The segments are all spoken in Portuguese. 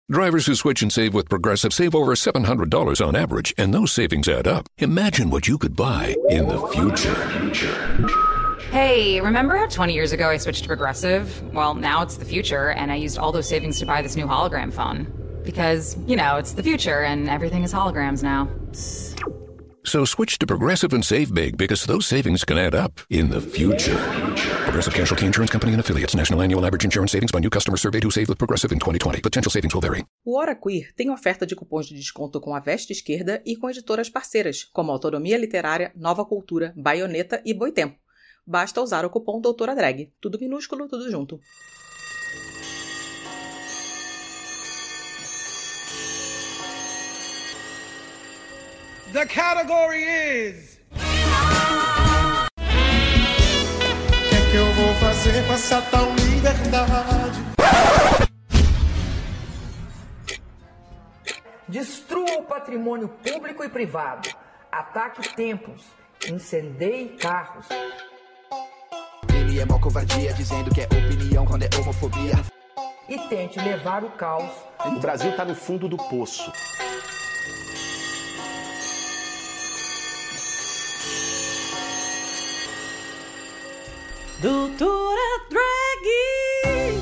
Drivers who switch and save with Progressive save over $700 on average, and those savings add up. Imagine what you could buy in the future. Hey, remember how 20 years ago I switched to Progressive? Well, now it's the future, and I used all those savings to buy this new hologram phone. Because, it's the future, and everything is holograms now. So switch to Progressive and save big, because those savings can add up in the future. Progressive Casualty Insurance Company and Affiliates. National Annual Average Insurance Savings by new customers surveyed who saved with Progressive in 2020. Potential savings will vary. O Hora Queer tem oferta de cupons de desconto com a Veste Esquerda e com editoras parceiras, como Autonomia Literária, Nova Cultura, Baioneta e Boitempo. Basta usar o cupom Doutora Drag. Tudo minúsculo, tudo junto. The category is... O que eu vou fazer com essa tal liberdade? Destrua o patrimônio público e privado. Ataque templos. Incendeie carros. Ele é mó covardia, dizendo que é opinião quando é homofobia. E tente levar o caos. O Brasil está no fundo do poço. Doutora Drag!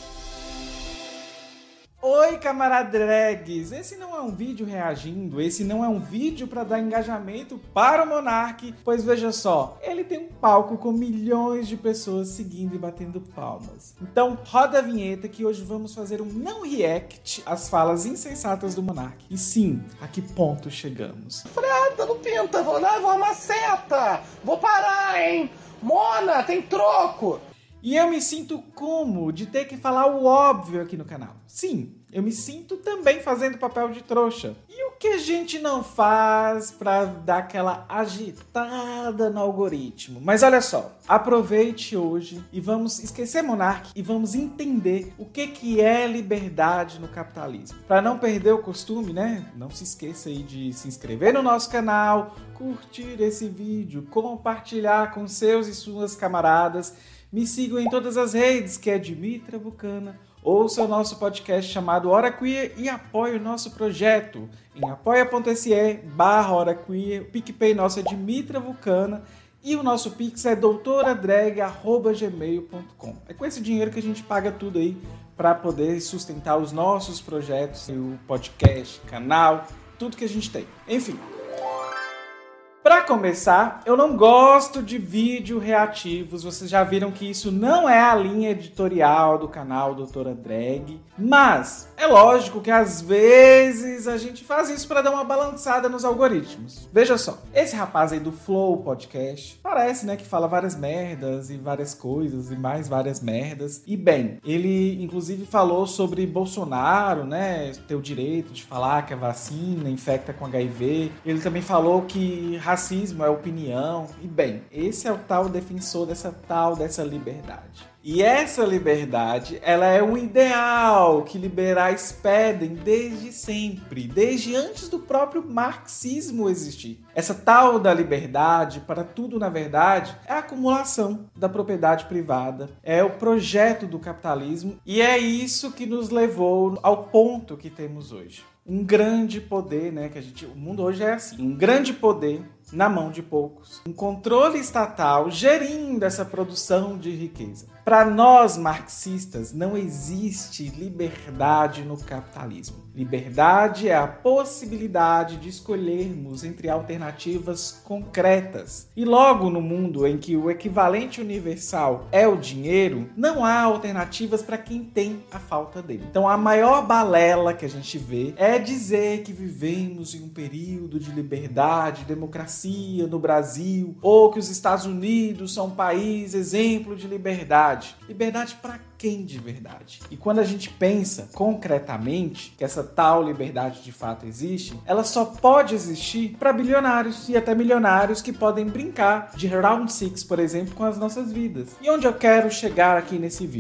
Oi, camarada drags! Esse não é um vídeo reagindo, esse não é um vídeo para dar engajamento para o Monark, pois veja só, ele tem um palco com milhões de pessoas seguindo e batendo palmas. Então roda a vinheta que hoje vamos fazer um não react às falas insensatas do Monark. E sim, a que ponto chegamos? Falei, tá no pinta, vou armar seta, vou parar, hein? Mona, tem troco! E eu me sinto como de ter que falar o óbvio aqui no canal. Sim, eu me sinto também fazendo papel de trouxa. E o que a gente não faz pra dar aquela agitada no algoritmo? Mas olha só, aproveite hoje e vamos esquecer Monark e vamos entender o que é liberdade no capitalismo. Para não perder o costume, né? Não se esqueça aí de se inscrever no nosso canal, curtir esse vídeo, compartilhar com seus e suas camaradas. Me sigam em todas as redes, que é Dimitra Vulcana. Ouça o nosso podcast chamado Hora Queer e apoie o nosso projeto em apoia.se/Hora Queer. O PicPay nosso é Dimitra Vulcana e o nosso Pix é doutoradrag@gmail.com. É com esse dinheiro que a gente paga tudo aí para poder sustentar os nossos projetos, o podcast, canal, tudo que a gente tem. Enfim. Para começar, eu não gosto de vídeo reativos, vocês já viram que isso não é a linha editorial do canal Doutora Drag, mas é lógico que às vezes a gente faz isso para dar uma balançada nos algoritmos. Veja só, esse rapaz aí do Flow Podcast, parece, né, que fala várias merdas e várias coisas e mais várias merdas, e bem, ele inclusive falou sobre Bolsonaro, né, ter o direito de falar que a vacina infecta com HIV, ele também falou que racismo é opinião. E bem, esse é o tal defensor dessa liberdade. E essa liberdade, ela é um ideal que liberais pedem desde sempre, desde antes do próprio marxismo existir. Essa tal da liberdade, para tudo na verdade, é a acumulação da propriedade privada, é o projeto do capitalismo e é isso que nos levou ao ponto que temos hoje. Um grande poder, né, o mundo hoje é assim, um grande poder na mão de poucos, um controle estatal gerindo essa produção de riqueza. Para nós marxistas, não existe liberdade no capitalismo. Liberdade é a possibilidade de escolhermos entre alternativas concretas. E logo no mundo em que o equivalente universal é o dinheiro, não há alternativas para quem tem a falta dele. Então a maior balela que a gente vê é dizer que vivemos em um período de liberdade, democracia no Brasil, ou que os Estados Unidos são um país exemplo de liberdade. Liberdade para quem de verdade? E quando a gente pensa concretamente que essa tal liberdade de fato existe, ela só pode existir para bilionários e até milionários que podem brincar de Round 6, por exemplo, com as nossas vidas. E onde eu quero chegar aqui nesse vídeo?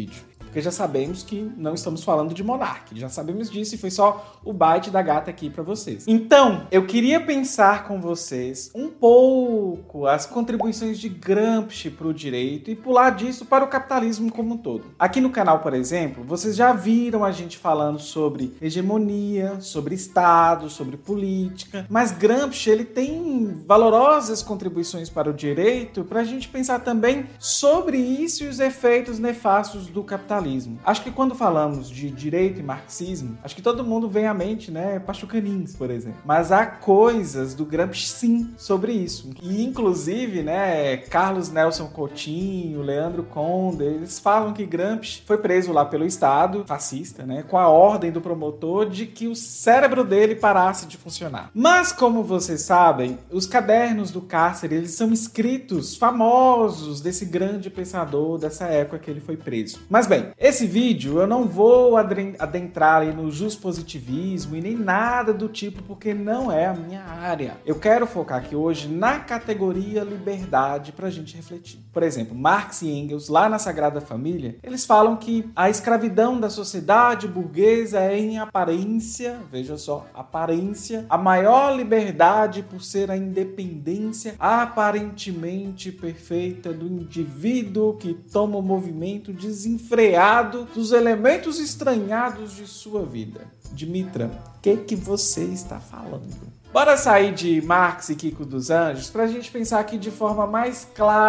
porque já sabemos que não estamos falando de Monark, já sabemos disso e foi só o bite da gata aqui para vocês. Então, eu queria pensar com vocês um pouco as contribuições de Gramsci para o direito e pular disso para o capitalismo como um todo. Aqui no canal, por exemplo, vocês já viram a gente falando sobre hegemonia, sobre Estado, sobre política, mas Gramsci ele tem valorosas contribuições para o direito para a gente pensar também sobre isso e os efeitos nefastos do capitalismo. Acho que quando falamos de direito e marxismo, acho que todo mundo vem à mente, né, Pachucanins, por exemplo. Mas há coisas do Gramsci, sim, sobre isso. E, inclusive, né, Carlos Nelson Coutinho, Leandro Conde, eles falam que Gramsci foi preso lá pelo Estado fascista, né, com a ordem do promotor de que o cérebro dele parasse de funcionar. Mas, como vocês sabem, os cadernos do cárcere, eles são escritos famosos desse grande pensador dessa época que ele foi preso. Mas bem, esse vídeo eu não vou adentrar aí no juspositivismo e nem nada do tipo, porque não é a minha área. Eu quero focar aqui hoje na categoria liberdade pra gente refletir. Por exemplo, Marx e Engels, lá na Sagrada Família, eles falam que a escravidão da sociedade burguesa é em aparência, veja só, aparência, a maior liberdade por ser a independência aparentemente perfeita do indivíduo que toma o movimento desenfreado dos elementos estranhados de sua vida. Dimitra, o que você está falando? Bora sair de Marx e Kiko dos Anjos para a gente pensar aqui de forma mais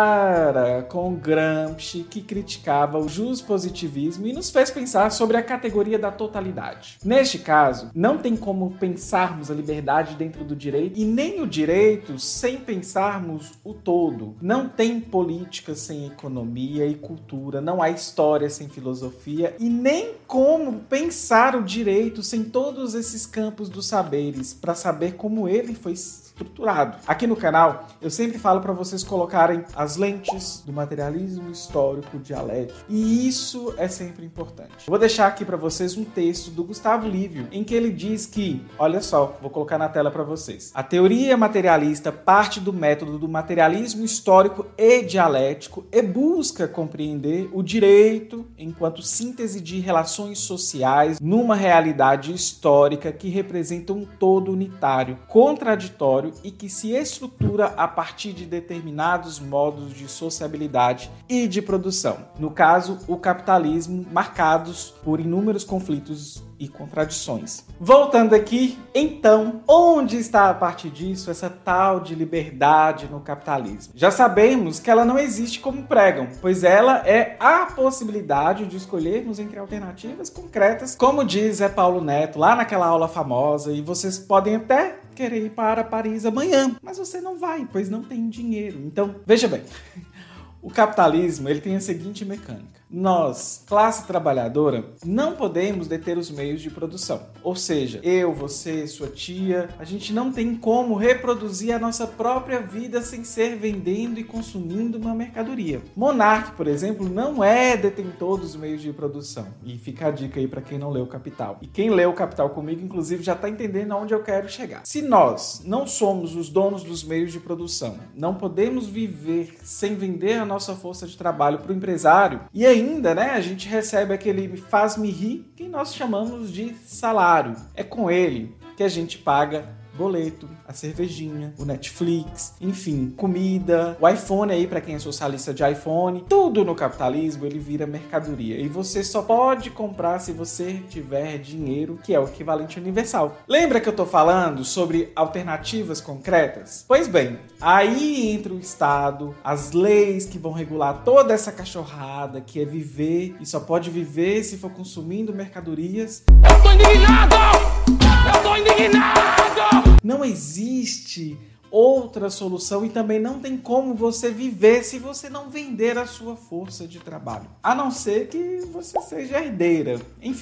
clara com Gramsci, que criticava o juspositivismo e nos fez pensar sobre a categoria da totalidade. Neste caso, não tem como pensarmos a liberdade dentro do direito e nem o direito sem pensarmos o todo. Não tem política sem economia e cultura, não há história sem filosofia e nem como pensar o direito sem todos esses campos dos saberes para saber como ele foi estruturado. Aqui no canal, eu sempre falo para vocês colocarem as lentes do materialismo histórico dialético. E isso é sempre importante. Eu vou deixar aqui para vocês um texto do Gustavo Lívio, em que ele diz que, olha só, vou colocar na tela para vocês. A teoria materialista parte do método do materialismo histórico e dialético e busca compreender o direito enquanto síntese de relações sociais numa realidade histórica que representa um todo unitário, contraditório e que se estrutura a partir de determinados modos de sociabilidade e de produção. No caso, o capitalismo, marcados por inúmeros conflitos e contradições. Voltando aqui, então, onde está a partir disso essa tal de liberdade no capitalismo? Já sabemos que ela não existe como pregam, pois ela é a possibilidade de escolhermos entre alternativas concretas, como diz Zé Paulo Neto lá naquela aula famosa, e vocês podem até querer ir para Paris amanhã, mas você não vai, pois não tem dinheiro. Então, veja bem, o capitalismo ele tem a seguinte mecânica. Nós, classe trabalhadora, não podemos deter os meios de produção. Ou seja, eu, você, sua tia, a gente não tem como reproduzir a nossa própria vida sem ser vendendo e consumindo uma mercadoria. Monark, por exemplo, não é detentor dos meios de produção. E fica a dica aí para quem não leu Capital. E quem leu Capital comigo, inclusive, já está entendendo aonde eu quero chegar. Se nós não somos os donos dos meios de produção, não podemos viver sem vender a nossa força de trabalho para o empresário, e ainda, né, a gente recebe aquele faz-me rir que nós chamamos de salário. É com ele que a gente paga boleto, a cervejinha, o Netflix, enfim, comida, o iPhone aí para quem é socialista de iPhone. Tudo no capitalismo ele vira mercadoria e você só pode comprar se você tiver dinheiro, que é o equivalente universal. Lembra que eu tô falando sobre alternativas concretas? Pois bem, aí entra o Estado, as leis que vão regular toda essa cachorrada que é viver e só pode viver se for consumindo mercadorias. Eu tô indignado! Eu tô indignado! Não existe outra solução e também não tem como você viver se você não vender a sua força de trabalho. A não ser que você seja herdeira. Enfim,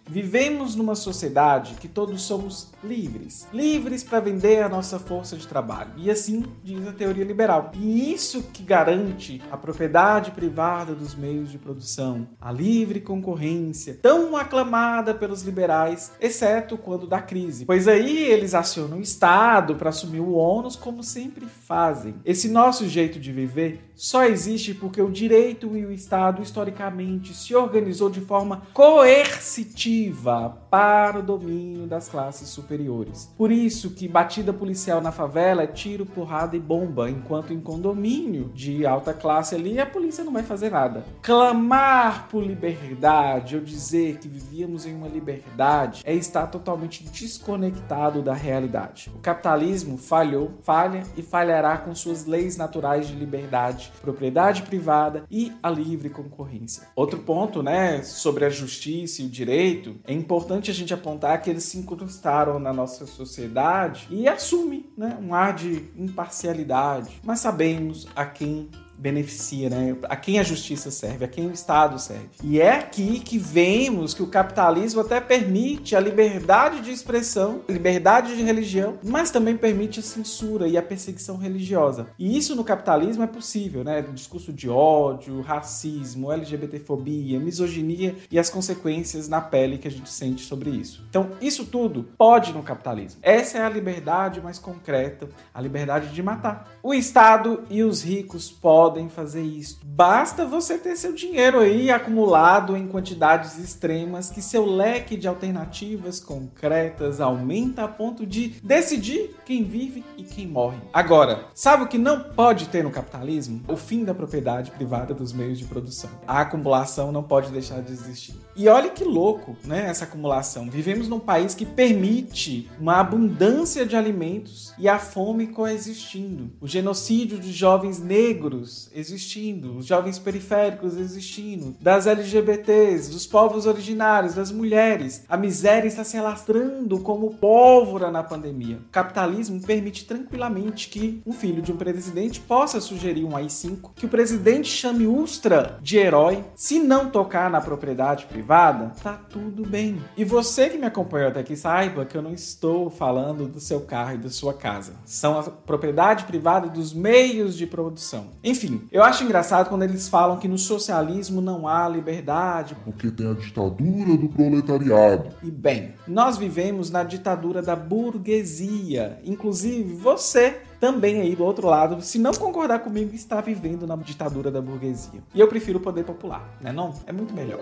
Vivemos numa sociedade que todos somos livres. Livres para vender a nossa força de trabalho. E assim diz a teoria liberal. E isso que garante a propriedade privada dos meios de produção, a livre concorrência, tão aclamada pelos liberais, exceto quando dá crise. Pois aí eles acionam o Estado para assumir o ônus, como sempre fazem. Esse nosso jeito de viver só existe porque o direito e o Estado, historicamente, se organizou de forma coercitiva para o domínio das classes superiores. Por isso que batida policial na favela é tiro, porrada e bomba, enquanto em condomínio de alta classe ali a polícia não vai fazer nada. Clamar por liberdade ou dizer que vivíamos em uma liberdade é estar totalmente desconectado da realidade. O capitalismo falhou, falha e falhará com suas leis naturais de liberdade, propriedade privada e a livre concorrência. Outro ponto, sobre a justiça e o direito, é importante a gente apontar que eles se incrustaram na nossa sociedade e assumem, um ar de imparcialidade. Mas sabemos a quem beneficia, a quem a justiça serve, a quem o Estado serve. E é aqui que vemos que o capitalismo até permite a liberdade de expressão, liberdade de religião, mas também permite a censura e a perseguição religiosa. E isso no capitalismo é possível, O discurso de ódio, racismo, LGBTfobia, misoginia e as consequências na pele que a gente sente sobre isso. Então, isso tudo pode no capitalismo. Essa é a liberdade mais concreta, a liberdade de matar. O Estado e os ricos podem fazer isso. Basta você ter seu dinheiro aí acumulado em quantidades extremas que seu leque de alternativas concretas aumenta a ponto de decidir quem vive e quem morre. Agora, sabe o que não pode ter no capitalismo? O fim da propriedade privada dos meios de produção. A acumulação não pode deixar de existir. E olha que louco, essa acumulação. Vivemos num país que permite uma abundância de alimentos e a fome coexistindo. O genocídio de jovens negros existindo, os jovens periféricos existindo, das LGBTs, dos povos originários, das mulheres. A miséria está se alastrando como pólvora na pandemia. O capitalismo permite tranquilamente que um filho de um presidente possa sugerir um AI-5, que o presidente chame Ustra de herói. Se não tocar na propriedade privada, tá tudo bem. E você que me acompanhou até aqui, saiba que eu não estou falando do seu carro e da sua casa. São a propriedade privada dos meios de produção. Enfim, eu acho engraçado quando eles falam que no socialismo não há liberdade, porque tem a ditadura do proletariado. E bem, nós vivemos na ditadura da burguesia. Inclusive, você também aí do outro lado, se não concordar comigo, está vivendo na ditadura da burguesia. E eu prefiro o poder popular, não? É muito melhor.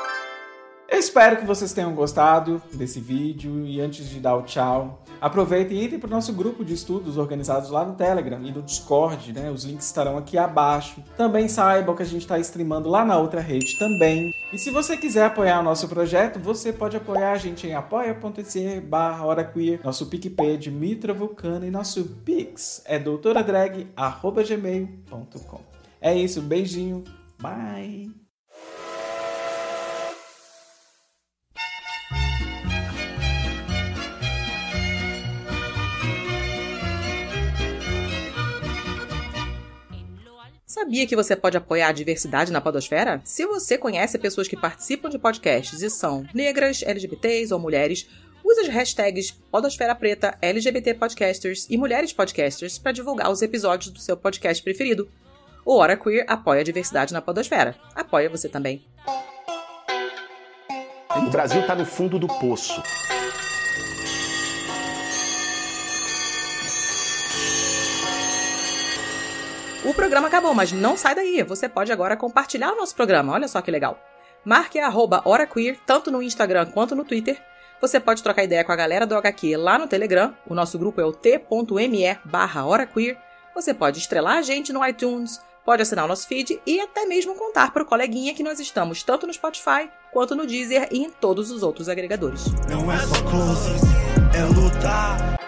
Eu espero que vocês tenham gostado desse vídeo e antes de dar o tchau, aproveitem e entrem para o nosso grupo de estudos organizados lá no Telegram e no Discord, Os links estarão aqui abaixo. Também saibam que a gente está streamando lá na outra rede também. E se você quiser apoiar o nosso projeto, você pode apoiar a gente em apoia.se/horaqueer, nosso PicPay é de Mitra Vulcano e nosso Pix é doutoradrag@gmail.com. É isso, beijinho, bye! Sabia que você pode apoiar a diversidade na podosfera? Se você conhece pessoas que participam de podcasts e são negras, LGBTs ou mulheres, use as hashtags Podosfera Preta, LGBT Podcasters e Mulheres Podcasters para divulgar os episódios do seu podcast preferido. O Hora Queer apoia a diversidade na podosfera. Apoia você também. O Brasil está no fundo do poço. O programa acabou, mas não sai daí. Você pode agora compartilhar o nosso programa. Olha só que legal. Marque @HoraQueer, tanto no Instagram quanto no Twitter. Você pode trocar ideia com a galera do HQ lá no Telegram. O nosso grupo é o t.me/HoraQueer. Você pode estrelar a gente no iTunes, pode assinar o nosso feed e até mesmo contar para o coleguinha que nós estamos tanto no Spotify quanto no Deezer e em todos os outros agregadores. Não é só close, é lutar.